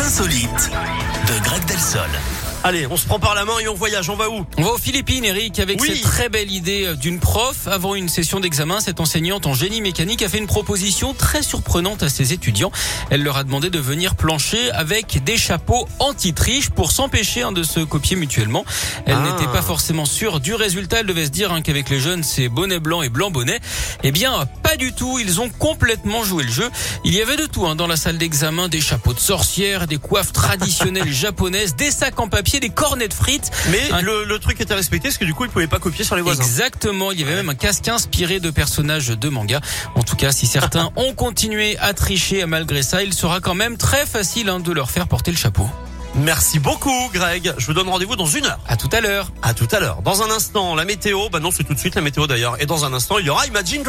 insolites de Greg Delsol. Allez, on se prend par la main et on voyage. On va où? On va aux Philippines, Eric, avec cette très belle idée d'une prof. Avant une session d'examen, cette enseignante en génie mécanique a fait une proposition très surprenante à ses étudiants. Elle leur a demandé de venir plancher avec des chapeaux anti-triche pour s'empêcher de se copier mutuellement. Elle n'était pas forcément sûre du résultat. Elle devait se dire qu'avec les jeunes, c'est bonnet blanc et blanc bonnet. Eh bien, pas du tout. Ils ont complètement joué le jeu. Il y avait de tout dans la salle d'examen. Des chapeaux de sorcières, des coiffes traditionnelles japonaises, des sacs en papier, des cornets de frites. Mais le truc était respecté parce que du coup, ils pouvaient pas copier sur les voisins. Exactement. Il y avait même un casque inspiré de personnages de manga. En tout cas, si certains ont continué à tricher malgré ça, il sera quand même très facile de leur faire porter le chapeau. Merci beaucoup, Greg. Je vous donne rendez-vous dans 1 heure. À tout à l'heure. À tout à l'heure. Dans un instant, la météo. Non, c'est tout de suite la météo d'ailleurs. Et dans un instant, il y aura Imagine